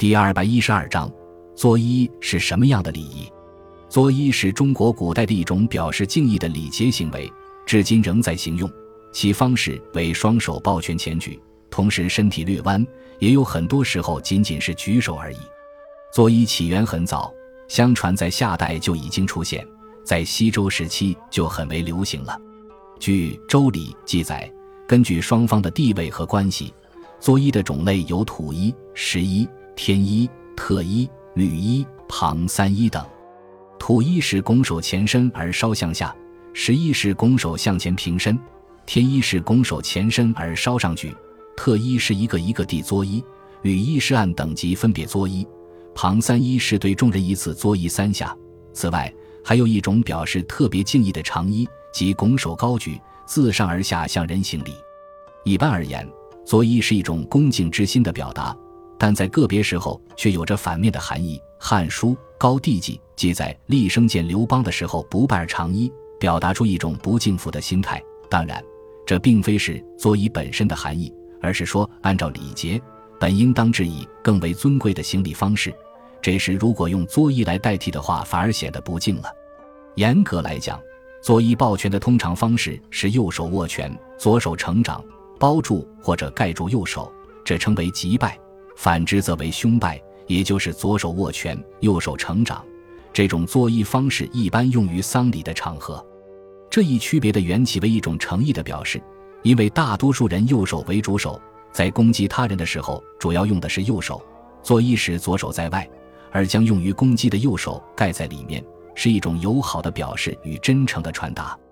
第212章，作揖是什么样的礼仪？作揖是中国古代的一种表示敬意的礼节行为，至今仍在行用，其方式为双手抱拳前举，同时身体略弯，也有很多时候仅仅是举手而已。作揖起源很早，相传在夏代就已经出现，在西周时期就很为流行了。据《周礼》记载，根据双方的地位和关系，作揖的种类有土揖、石揖、天揖、特揖、履揖、旁三揖等。土揖是拱手前伸而稍向下，石揖是拱手向前平伸，天揖是拱手前伸而稍上举，特揖是一个一个地作揖，履揖是按等级分别作揖，旁三揖是对众人一次作揖3下。此外，还有一种表示特别敬意的长揖，即拱手高举，自上而下向人行礼。一般而言，作揖是一种恭敬之心的表达，但在个别时候却有着反面的含义。《汉书·高帝纪》记载，厉声见刘邦的时候不拜而长揖，表达出一种不敬服的心态。当然，这并非是作揖本身的含义，而是说按照礼节本应当致以更为尊贵的行礼方式，这时如果用作揖来代替的话，反而显得不敬了。严格来讲，作揖抱拳的通常方式是右手握拳，左手承掌，包住或者盖住右手，这称为急拜；反之则为胸拜，也就是左手握拳，右手承掌。这种作揖方式一般用于丧礼的场合。这一区别的缘起为一种诚意的表示，因为大多数人右手为主手，在攻击他人的时候主要用的是右手，作揖时左手在外，而将用于攻击的右手盖在里面，是一种友好的表示与真诚的传达。